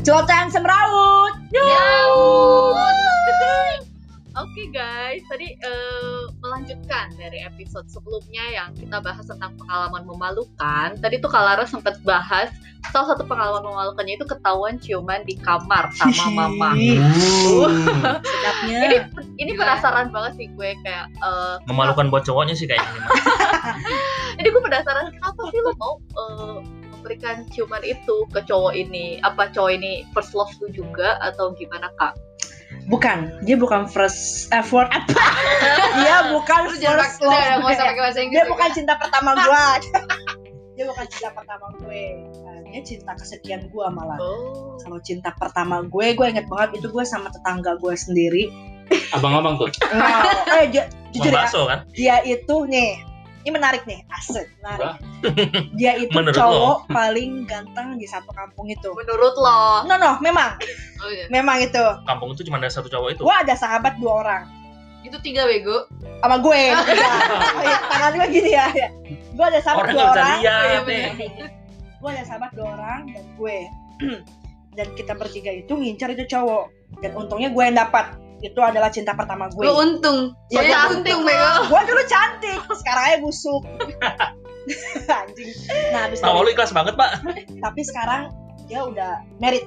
Celoteh semrawut. Oke guys, tadi melanjutkan dari episode sebelumnya yang kita bahas tentang pengalaman memalukan. Tadi tuh Kak Lara sempat bahas salah satu pengalaman memalukannya itu ketahuan ciuman di kamar sama mama. Sedapnya. Ini penasaran banget sih gue kayak Memalukan buat cowoknya sih kayaknya. Jadi gue penasaran kenapa sih lo mau memberikan ciuman itu ke cowok ini? Apa cowok ini first love lu juga atau gimana Kak? Bukan, dia bukan first effort apa? Dia bukan first love. Dia bukan cinta pertama gue. Dia bukan cinta pertama gue. Dia cinta kesekian gue malah. Kalau cinta pertama gue inget banget itu gue sama tetangga gue sendiri. Abang-abang tuh. Jujur ya. Kan? Dia itu nih. Ini menarik nih, asik, menarik. Dia itu Menurut cowok paling ganteng di satu kampung itu. Menurut lo? No, memang. Oh, iya. Memang itu. Kampung itu cuma ada satu cowok itu. Gua ada sahabat 2 orang. Itu 3 bego. Sama gue. Tangan gue gini ya. Gue ada sahabat 2 orang. Gue ada sahabat 2 orang dan gue. Dan kita bertiga itu ngincar itu cowok. Dan untungnya gue yang dapat. Itu adalah cinta pertama gue. Lu untung. Ya, untung bego. Gue dulu cantik, sekarang aja busuk. Anjing. Nah, habis Tahu lu ikhlas banget, Pak. Tapi sekarang dia udah married.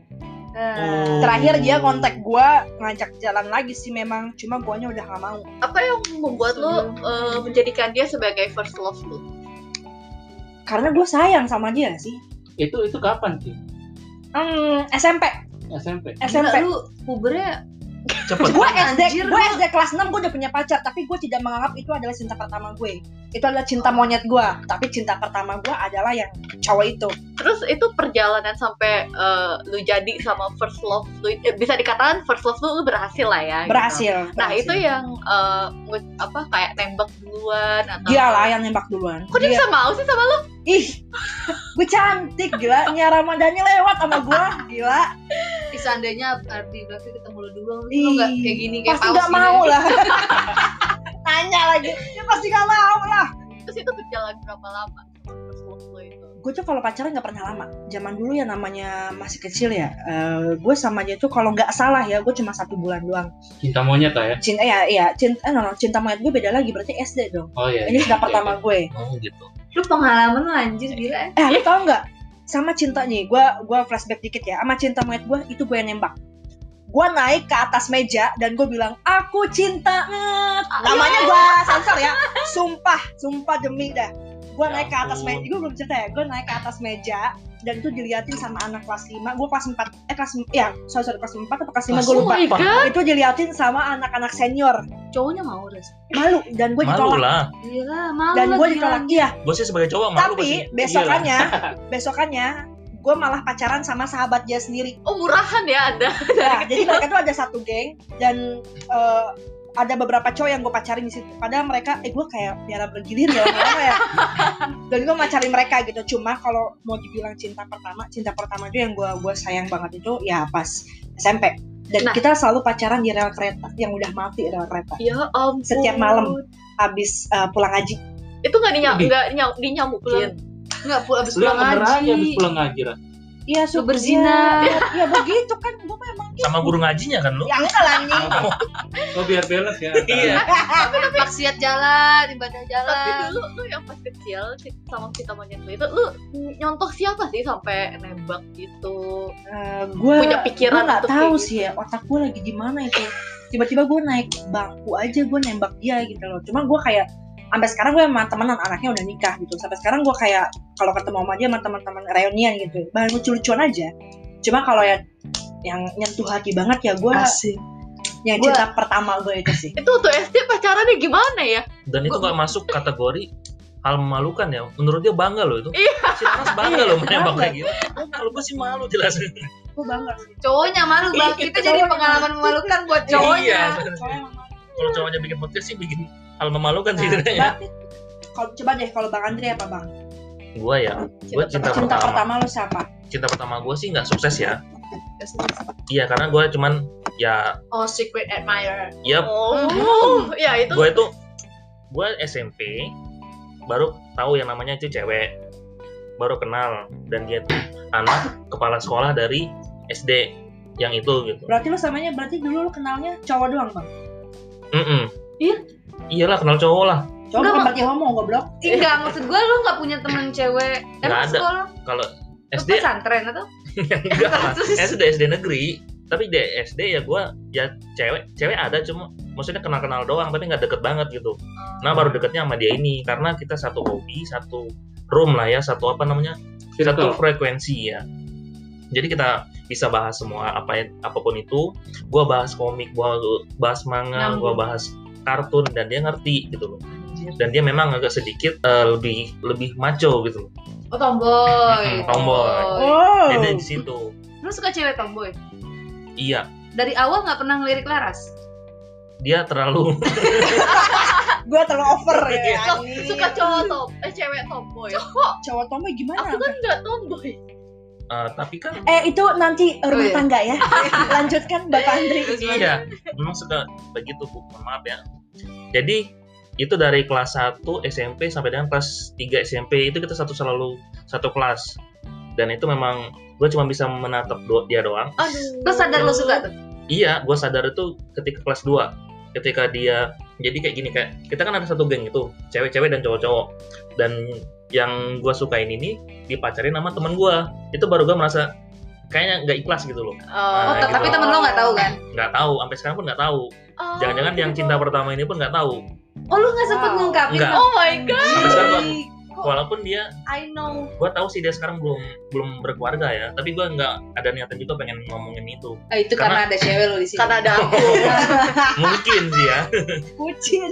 Terakhir dia kontak gue ngajak jalan lagi sih memang, cuma guanya udah gak mau. Apa yang membuat lu menjadikan dia sebagai first love lu? Karena gue sayang sama dia sih. Itu kapan sih? SMP. Lu pubernya Cepet. Gue SD kelas 6 gue udah punya pacar, tapi gue tidak menganggap itu adalah cinta pertama gue. Itu adalah cinta monyet gue, tapi cinta pertama gue adalah yang cowok itu. Terus itu perjalanan sampai lu jadi sama first love lu, bisa dikatakan first love lu berhasil lah ya. Berhasil. Gitu. Nah itu yang kayak nembak duluan atau? Dia lah yang nembak duluan. Kok dia bisa mau sih sama lu? Ih, gue cantik gila. Nya Ramadannya lewat sama gue, gila. Seandainya Ardi Brafi ketemu lu dulu, lu nggak kayak gini kayak pasti nggak mau lah. Tanya lagi, dia pasti nggak mau lah. Terus itu berjalan berapa lama first love lu itu? Gue tuh kalau pacaran nggak pernah lama. Zaman dulu ya namanya masih kecil ya. Gue sama dia tuh kalau nggak salah ya, gue cuma 1 bulan doang. Cinta monyet lah ya? Cinta monyet gue beda lagi, berarti SD dong. Oh iya. Ini cinta pertama gue. Oh gitu. Lu pengalaman lu anjir gila. Lu tau nggak? Sama cinta nih, gue flashback dikit ya. Sama cinta monyet gue itu gue yang nembak. Gue naik ke atas meja dan gue bilang aku cinta. Namanya gue sensor ya. Sumpah demi dah. Gue naik ke atas meja, gue belum cerita ya. Gue naik ke atas meja dan itu diliatin sama anak kelas 5. Gue kelas 4, kelas 4 atau kelas 5 gue lupa. Itu diliatin sama anak-anak senior. Cowoknya mau Res? Malu dan gue ditolak. Malu lah. Iya malu. Dan gue ditolak. Iya. Gue sih sebagai cowok malu. Tapi besokannya gue malah pacaran sama sahabat dia sendiri. Oh murahan ya Anda. Nah, jadi mereka tuh ada satu geng dan ada beberapa cowok yang gue pacarin di situ. Padahal mereka, gue kayak biara bergilir ya lama-lama ya. Dan gue pacarin mereka gitu. Cuma kalau mau dibilang cinta pertama itu yang gue sayang banget itu ya pas SMP. Dan kita selalu pacaran di rel kereta yang udah mati rel kereta. Ya ampun. Setiap malam habis pulang ngaji. Itu nggak dinyamukin? Nggak habis pulang ngaji. Habis pulang ngaji lah. Iya, berzina. Ya begitu kan, gue memang gitu. Sama guru ngajinya kan lu? Ya enggak lah nih. Oh biar balance ya. Iya. Tapi maksiat jalan, ibadah jalan. Tapi dulu lu yang pas kecil sama cinta monyet itu, lu nyontoh siapa sih sampai nembak gitu? Gue punya pikiran nggak tahu gitu. sih ya, otak gue lagi di mana itu. Tiba-tiba gue naik bangku aja gue nembak dia gitu loh. Cuma gue kayak sampai sekarang gue sama temenan, anaknya udah nikah gitu. Sampai sekarang gue kayak kalau ketemu sama dia sama teman-teman reunian gitu, bahan lucu-lucuan aja. Cuma kalau yang nyentuh hati banget ya gue yang cinta pertama gue itu sih. Itu tuh SD pacarannya gimana ya? Dan itu nggak masuk kategori hal memalukan ya. Menurut dia bangga loh itu. Iya. Si Anas bangga loh menembak kayak gitu. Kalau gue sih malu jelas. Gue bangga sih. Cowoknya malu bang. Itu jadi pengalaman memalukan buat cowoknya. Iya. Kalau cowoknya bikin podcast sih bikin hal memalukan sih sebenarnya. Coba deh kalau Bang Andre apa Bang? Gue ya, gue cinta pertama lo siapa? Cinta pertama gue sih nggak sukses ya. Iya karena gue cuman ya. Oh secret admirer. Yep. Ya itu. Gue SMP baru tahu yang namanya itu cewek, baru kenal dan dia tuh anak kepala sekolah dari SD yang itu gitu. Berarti dulu lu kenalnya cowok doang, Bang? Iya. Iyalah, kenal cowok lah. Cowok Enggak, bukan berarti homo, goblok. Enggak, maksud gue lu nggak punya teman cewek. Nggak Emang ada. sekolah? Kalau Lu SD pesantren atau? enggak lah. SD negeri. Tapi di SD ya gue ya cewek ada, cuma maksudnya kenal doang tapi nggak deket banget gitu. Nah baru deketnya sama dia ini karena kita satu hobi, satu room lah ya, satu satu frekuensi ya. Jadi kita bisa bahas semua apapun itu. Gue bahas komik, gue bahas manga, gue bahas kartun, dan dia ngerti gitu loh. Dan dia memang agak sedikit lebih macho gitu loh. Oh, tomboy. Tomboy. Oh. Jadi di situ. Lu suka cewek tomboy? Iya, Dari awal nggak pernah ngelirik Laras? dia terlalu Gue terlalu over ya. Suka cewek tomboy. Kok Cowok tomboy gimana? aku kan nggak tomboy. tapi kan Itu nanti rumah Oh, iya. tangga ya. Lanjutkan Bapak Andri. iya, memang suka begitu, Bu. Mohon maaf ya. Jadi itu dari kelas 1 SMP sampai dengan kelas 3 SMP itu kita selalu satu kelas. Dan itu memang gue cuma bisa menatap dia doang. Aduh. Lu sadar lu suka tuh? Iya, gue sadar itu ketika kelas 2. Ketika dia, jadi kayak gini, kayak kita kan ada satu geng itu, cewek-cewek dan cowok-cowok. Dan yang gue sukain ini dipacarin sama temen gue. Itu baru gue merasa kayaknya nggak ikhlas gitu loh. Oh, gitu. tapi temen lo nggak tahu kan? Nggak tahu, sampai sekarang pun nggak tahu. Oh, Jangan-jangan yang cinta pertama ini pun nggak tahu. Oh, lu nggak sempet Wow. ngungkapin? Nggak. Oh my god. Sampai sekarang walaupun dia, I know. gue tahu sih dia sekarang belum berkeluarga ya, tapi gue nggak ada niatan juga pengen ngomongin itu. Itu karena ada cewek lo di sini. Karena ada aku. Mungkin sih ya. Kucing.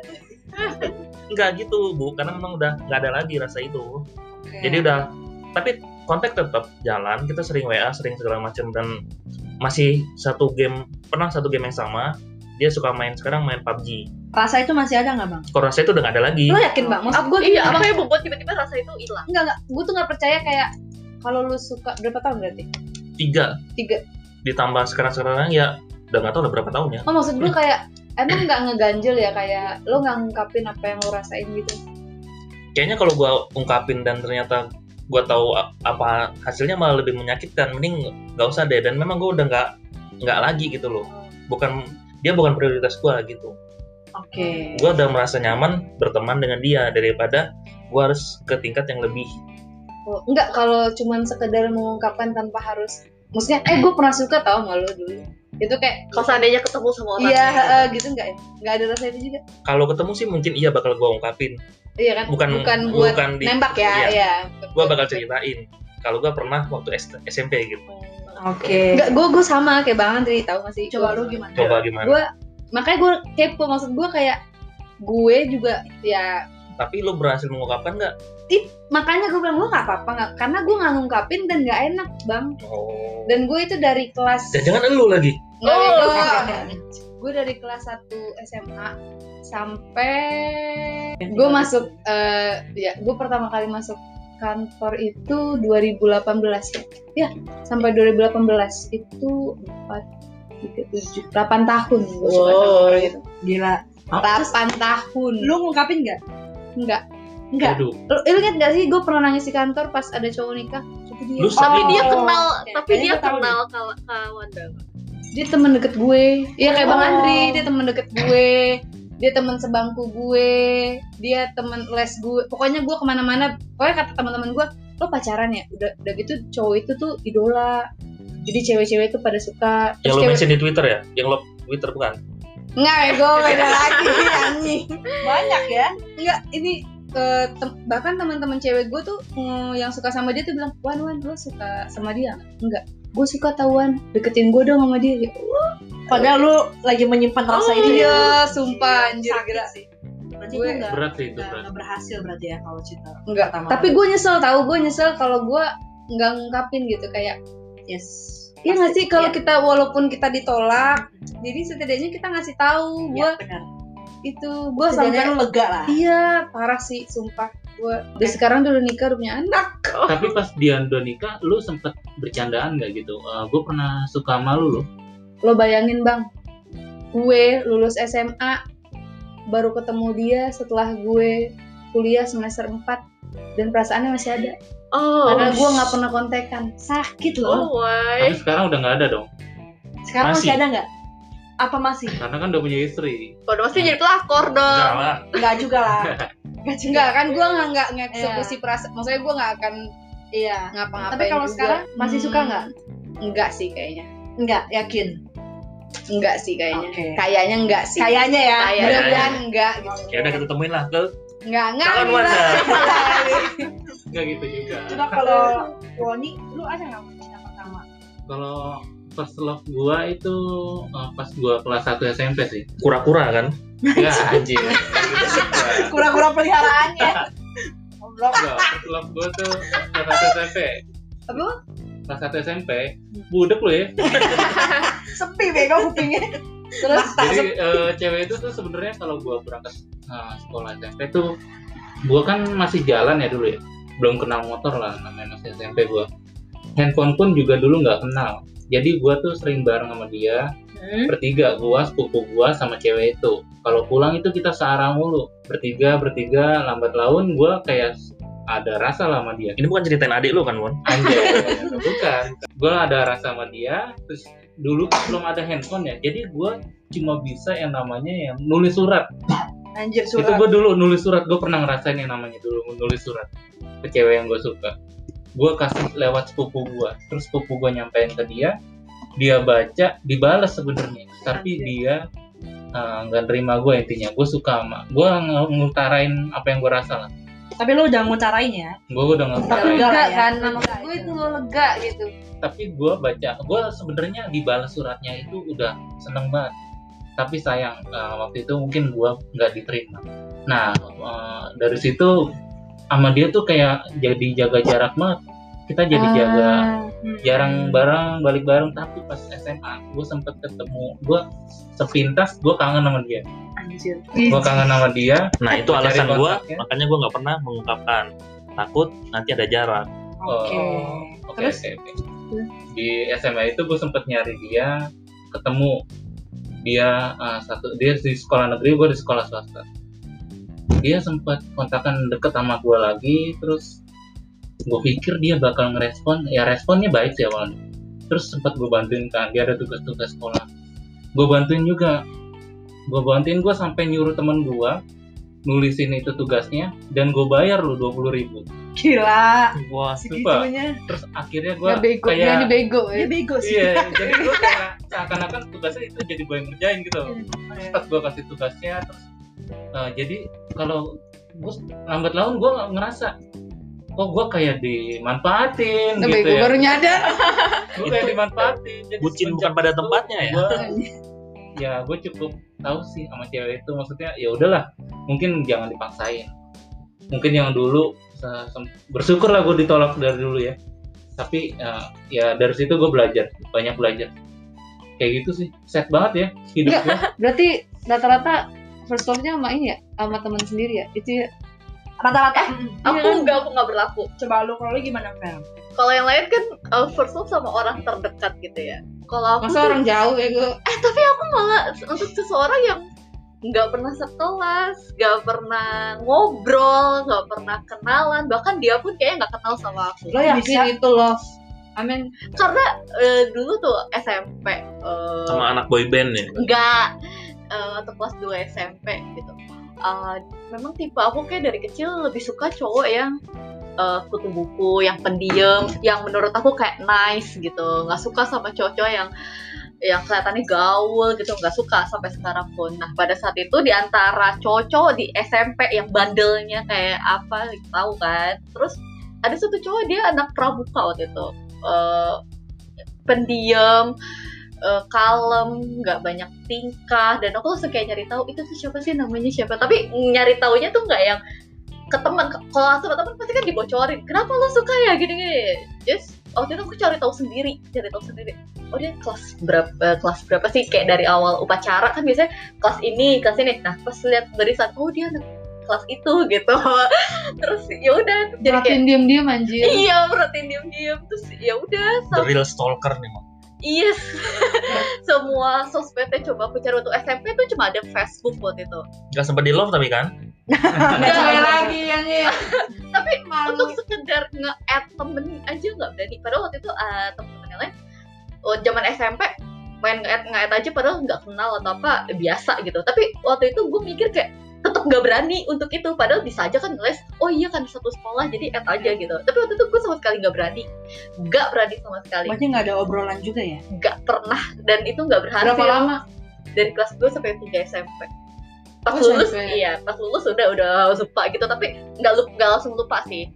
Nggak gitu, Bu, karena memang udah nggak ada lagi rasa itu. Jadi udah, tapi kontak tetap jalan, kita sering WA, sering segala macam, dan masih pernah satu game yang sama. Dia suka sekarang main PUBG. Rasa itu masih ada nggak, Bang? Kalau rasa itu udah nggak ada lagi. Lo yakin bang? Maksud gue Iya, apa yang membuat tiba-tiba rasa itu hilang? enggak. Gue tuh nggak percaya kayak kalau lu suka berapa tahun berarti? 3 3. ditambah sekarang ya udah nggak tahu udah berapa tahun ya. Oh maksud gue kayak emang nggak ngeganjel ya kayak lo nggak ngungkapin apa yang lo rasain gitu? Kayaknya kalau gue ungkapin dan ternyata gue tahu apa hasilnya malah lebih menyakitkan, mending nggak usah deh. Dan memang gue udah nggak lagi gitu loh. Dia bukan prioritas gue gitu. Oke. Gue udah merasa nyaman berteman dengan dia daripada gue harus ke tingkat yang lebih. Oh, enggak, kalau cuman sekedar mengungkapkan tanpa harus, maksudnya gue pernah suka tau sama lo dulu. Itu kayak Kalau seandainya ketemu sama orang iya gitu enggak ya? Enggak ada rasa itu juga. Kalau ketemu sih mungkin iya bakal gue ungkapin. Iya kan? Bukan buat di- nembak ya, iya. iya. Gue bakal ceritain. Kalau gue pernah waktu SMP gitu. Oke. Enggak, gue sama kayak Bang Andri, tahu masih. Coba lu gimana? Coba gimana? Gue makanya gue kepo, maksud gue kayak gue juga ya Tapi lu berhasil mengungkapkan nggak? makanya gue bilang gue nggak apa-apa nggak, karena gue nggak ngungkapin dan nggak enak bang. Oh. Dan gue itu dari kelas Jangan lu lagi. gue dari kelas 1 SMA sampai gue masuk ya gue pertama kali masuk kantor itu 2018 ya sampai 2018 itu 8 tahun gue suka sama orang itu. Gila. 8 tahun. Lu ngungkapin nggak? Enggak. Aduh. Lu inget gak sih gue pernah nangis di kantor pas ada cowok nikah? Itu dia. Lu Tapi Oh. dia kenal, Ya, tapi kayaknya dia gua tahu kenal kawan Dama. Dia temen deket gue. Iya kayak Bang Oh. Andri, dia temen deket gue. Dia temen sebangku gue. Dia temen les gue. Pokoknya gue kemana-mana. Pokoknya kata teman-teman gue, lo pacaran ya? Udah gitu cowok itu tuh idola. Jadi cewek-cewek itu pada suka. Yang Terus lu cewek- mention di Twitter ya? Yang lo Twitter bukan? Enggak ya, gue beda lagi anjing. Banyak ya. Enggak, ini bahkan teman-teman cewek gue tuh yang suka sama dia tuh bilang, Wan lo suka sama dia? Enggak, gue suka tahuan, deketin gue dong sama dia. Padahal lu lagi menyimpan rasa itu. Iya, sumpah anjir Sakit gila. sih. Berarti Gue gue nggak Berat sih itu, berat. nggak berhasil berarti ya kalau cinta. Enggak, pertama tapi kali. gue nyesel kalau gue nggak ngungkapin gitu kayak Yes. iya nggak sih kalau Iya. kita walaupun kita ditolak, jadi setidaknya kita ngasih tahu gue Ya, benar. itu gue Setidaknya sampai lu lega lah. iya parah sih sumpah gue. Dan sekarang udah nikah udah punya anak. Tapi pas dia udah nikah, lu sempet bercandaan nggak gitu? Gue pernah suka sama lu loh. Lo bayangin bang, gue lulus SMA baru ketemu dia setelah gue kuliah semester 4 dan perasaannya masih ada. Karena gue nggak pernah kontekan. Sakit loh. Oh why? Tapi sekarang udah nggak ada dong. Sekarang masih Masih. ada nggak? Apa masih? Karena kan udah punya istri. Kalau masih jadi pelakor dong. Enggak lah. Enggak juga lah. Enggak juga. Enggak kan gue nggak eksekusi perasaan. Maksudnya gue nggak akan Iya. ngapa-ngapain. Tapi kalau juga. sekarang masih suka nggak? Enggak sih kayaknya. Enggak, yakin. Enggak sih kayaknya. Oke. Kayaknya enggak sih. Kayaknya ya. Kayaknya. Mudah-mudahan enggak gitu. Ya udah kita temuin lah ke Enggak calon gila. Wanda. Nggak gitu juga. Coba kalau Woni, lu ada nggak cinta pertama? Kalau first love gua itu pas gua kelas 1 SMP sih. Kura-kura kan? Ya anjing. Kura-kura peliharaannya. Goblok. Enggak, first love gua tuh kelas 1 SMP. Apa? Kelas 1 SMP. Budek lu ya. Sepi bego kupingnya. Terus Jadi cewek itu tuh sebenarnya kalau gua berangkat sekolah SMP tuh gua kan masih jalan ya dulu ya. Belum kenal motor lah, namanya masih SMP gua. Handphone pun juga dulu nggak kenal. Jadi gua tuh sering bareng sama dia. Bertiga, gua, sepupu gua sama cewek itu. Kalau pulang itu kita searah mulu. Bertiga, lambat laun gua kayak ada rasa lah sama dia. Ini bukan ceritain adik lu kan, Won? Anjay, bukan. Gua ada rasa sama dia. Terus dulu kan belum ada handphone ya. Jadi gua cuma bisa yang namanya yang nulis surat. anjir Itu surat. gue dulu nulis surat, gue pernah ngerasain yang namanya dulu nulis surat ke cewek yang gue suka. Gue kasih lewat sepupu gue, terus sepupu gue nyampein ke dia baca, dibalas sebenarnya, tapi dia nggak nerima gue intinya. Gue suka sama, gue ngutarain apa yang gue rasa lah. Tapi lu udah ngutarain ya. Gue udah ngutarain, Enggak lah Lega ya. kan, maksud gue itu lo lega gitu. tapi gue baca, gue sebenarnya dibalas suratnya itu udah seneng banget. Tapi sayang waktu itu mungkin gue nggak diterima. Nah dari situ sama dia tuh kayak jadi jaga jarak banget. Kita jadi jaga jarang bareng, balik bareng. Tapi pas SMA gue sempet ketemu, gue sepintas gue kangen sama dia. Anjir. Gue kangen sama dia. Nah itu Cari alasan gue, kontaknya. makanya gue nggak pernah mengungkapkan. Takut nanti ada jarak. Oke. Oke, Terus? oke. Di SMA itu gue sempet nyari dia, ketemu. Dia dia di sekolah negeri, gue di sekolah swasta. Dia sempat kontakan deket sama gue lagi, terus gue pikir dia bakal ngerespon, ya responnya baik sih awalnya. Terus sempat gue bantuin kan, dia ada tugas-tugas sekolah, gue bantuin juga. Gue sampai nyuruh temen gue nulisin itu tugasnya, dan gue bayar lu 20.000. Gila. Wah, Segitunya. Terus akhirnya gue Nggak bego, dia kayak ini bego Dia ya. bego sih. iya, jadi gue kayak seakan-akan tugasnya itu jadi gue yang ngerjain gitu. Terus pas gue kasih tugasnya, terus jadi kalau gue lambat laun gue ngerasa kok gue kayak dimanfaatin Nggak gitu bego, ya. baru nyadar. Gue kayak dimanfaatin. Jadi bucin semenjak bukan pada itu, tempatnya ya. gue cukup tahu sih sama cewek itu, maksudnya ya udahlah, mungkin jangan dipaksain. Mungkin yang dulu bersyukur lah gue ditolak dari dulu ya. Tapi ya dari situ gue banyak belajar. Kayak gitu sih, set banget ya hidup gue. Berarti rata-rata first love-nya sama ini ya, sama teman sendiri ya. Itu ya. Rata-rata. Aku nggak berlaku. Coba lu kalau lu gimana, Fel? Kalau yang lain kan first love sama orang terdekat gitu ya. Kalau aku Masa tuh- orang jauh ya gue. tapi aku malah untuk seseorang yang nggak pernah sekelas, nggak pernah ngobrol, nggak pernah kenalan, bahkan dia pun kayaknya nggak kenal sama aku. Lo yakin itu love? Amin. Karena dulu tuh SMP Sama anak boy band ya. nggak atau kelas 2 SMP gitu. Memang tipe aku kayak dari kecil lebih suka cowok yang kutu buku, yang pendiam, yang menurut aku kayak nice gitu. Nggak suka sama cowok-cowok yang kelihatannya gaul gitu, nggak suka sampai sekarang pun. Nah pada saat itu di antara cowok di SMP yang bandelnya kayak apa tahu kan, terus ada satu cowok dia anak pramuka waktu itu, pendiam, kalem, nggak banyak tingkah, dan aku langsung kayak nyari tahu itu tuh siapa sih, namanya siapa. Tapi nyari taunya tuh nggak yang ke teman, kalau sama teman pasti kan dibocorin, kenapa lo suka ya gini-gini. Just waktu itu aku cari tahu sendiri. Oh dia kelas berapa sih, kayak dari awal upacara kan biasanya kelas ini. Nah pas lihat barisan, oh dia anak kelas itu gitu. Terus ya udah jadi kayak Perhatiin diem-diem anjir. iya, perhatiin diam-diam, terus ya udah The real stalker nih, Mak. yes. Semua sosmednya coba aku cari. Waktu SMP tuh cuma ada Facebook waktu itu. Gak sempet di love tapi kan? Cewek lagi yang ini. Tapi Malu. untuk sekedar nge-add temen aja nggak berani. Padahal waktu itu temen-temen yang lain zaman SMP main nge-add aja padahal nggak kenal atau apa biasa gitu. Tapi waktu itu gue mikir kayak tetap nggak berani untuk itu. Padahal bisa aja kan ngeles. Oh iya kan satu sekolah jadi add aja gitu. Tapi waktu itu gue sama sekali nggak berani sama sekali. Berarti nggak ada obrolan juga ya? Nggak pernah dan itu nggak berhasil. Berapa lama? Dari kelas 2 sampai 3 SMP. Pas Oh, lulus, SMP. iya, pas lulus udah lupa gitu, tapi nggak langsung lupa sih.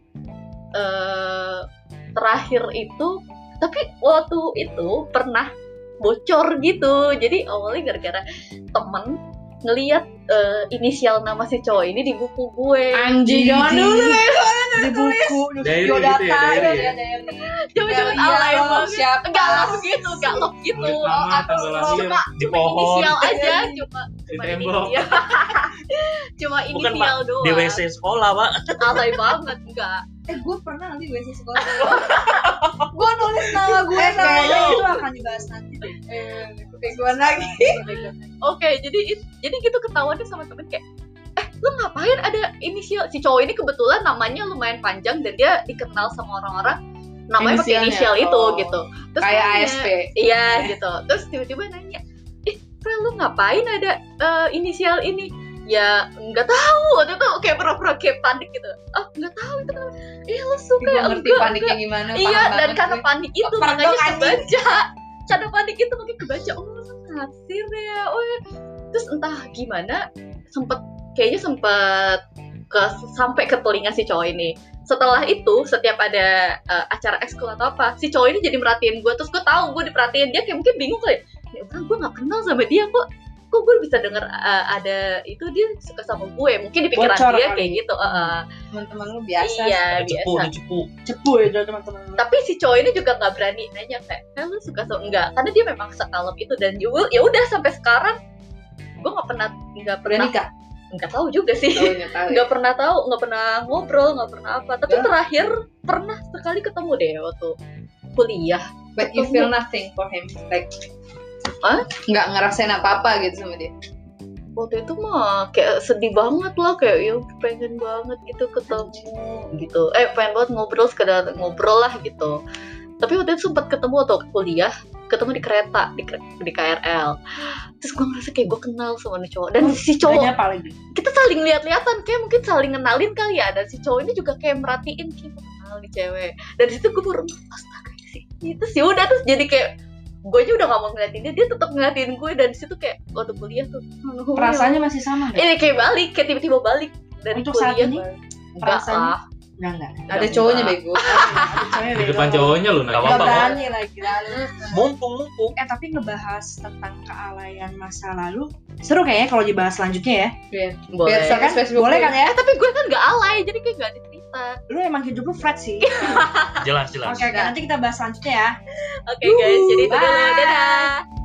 Terakhir itu, tapi waktu itu pernah bocor gitu. Jadi awalnya gara-gara temen ngelihat inisial nama si cowok ini di buku gue. Anjing jangan dulu ya. Di buku, Diary biodata, gitu ya, diary ya? Coba-coba Iya, alay lo banget. siapa? Enggak love gitu, enggak love gitu. Nulis nama, tanggal lahir, Cuma di pohon. inisial aja, cuma di tembok. inisial. Cuma Bukan inisial Pak, doang. di WC sekolah Pak. Alay banget, enggak. Gue pernah nanti WC sekolah. Gue nulis nama gue kayaknya itu akan dibahas nanti deh. Kayak gue lagi. Oke, jadi gitu ketahuannya sama temen kayak lu ngapain ada inisial si cowok ini kebetulan namanya lumayan panjang dan dia dikenal sama orang-orang namanya pakai inisial Inisialnya, itu oh. gitu. Terus Kayak nanya, ASP. Iya gitu. Terus tiba-tiba nanya, Fred lu ngapain ada inisial ini? Ya nggak tahu. Waktu itu kayak pura-pura kayak panik gitu. Nggak tahu itu kenapa. Lu suka Gue ngerti enggak, paniknya enggak. gimana. Iya, paham dan banget karena gue. panik itu Pernah makanya dong, anjing. kebaca. Karena panik itu makanya kebaca. Oh, naksir ya. Oh ya. Terus entah gimana kayaknya sempet sampai ke telinga si cowok ini. Setelah itu setiap ada acara ekskul atau apa, si cowok ini jadi merhatiin gue. Terus gue tahu gue diperhatiin dia, kayak mungkin bingung kali. Ya orang gue nggak kenal sama dia kok gue bisa denger ada itu dia suka sama gue. Mungkin di pikiran Bocor dia kali. kayak gitu. Teman-teman lu biasa. Iya Cepu, biasa. ini cepu. Cepu ya dari teman-teman. Tapi si cowok ini juga nggak berani nanya kayak lu suka sama enggak, karena dia memang sekalem itu. Dan ya udah sampai sekarang gue nggak pernah Udah nikah. nggak tahu juga sih. Oh, nggak tahu. Nggak pernah tahu, nggak pernah ngobrol, nggak pernah apa. Tapi Ya. terakhir pernah sekali ketemu deh waktu kuliah. But you feel nothing for him, like Hah? nggak ngerasain apa-apa gitu sama dia. Waktu itu mah kayak sedih banget lah, kayak ya pengen banget gitu ketemu gitu. Pengen banget ngobrol, sekedar ngobrol lah gitu. Tapi waktu itu sempat ketemu waktu kuliah, ketemu di kereta di KRL. Terus gue ngerasa kayak gue kenal sama nih cowok. Dan si cowok Nanya paling deh. kita saling lihat-lihatan, kayak mungkin saling kenalin kali ya. Dan si cowok ini juga kayak merhatiin kayak gue kenal nih cewek. Dan di situ gue baru astaga sih. Terus ya udah, terus jadi kayak gue aja udah gak mau ngeliatin dia tetap ngeliatin gue. Dan di situ kayak waktu kuliah tuh Perasaannya masih sama nggak? ini kayak balik, kayak tiba-tiba balik dari Untuk saat kuliah. ini, Enggak perasaannya? lah. Enggak. Ada cowoknya bego. Di depan cowoknya lu Gak nanya. Gak apa-apa. berani lagi lalu. Mumpung. Tapi ngebahas tentang kealayan masa lalu seru kayaknya kalau dibahas selanjutnya ya. Boleh. Biar Ya sampai kan? Facebook Boleh kan ya? Tapi gue kan gak alay, jadi kayak gak ada cerita. Lu emang hidup lu flat sih. Jelas. Oke, nanti kita bahas selanjutnya ya. Oke guys, jadi itu dulu. Bye. Dadah.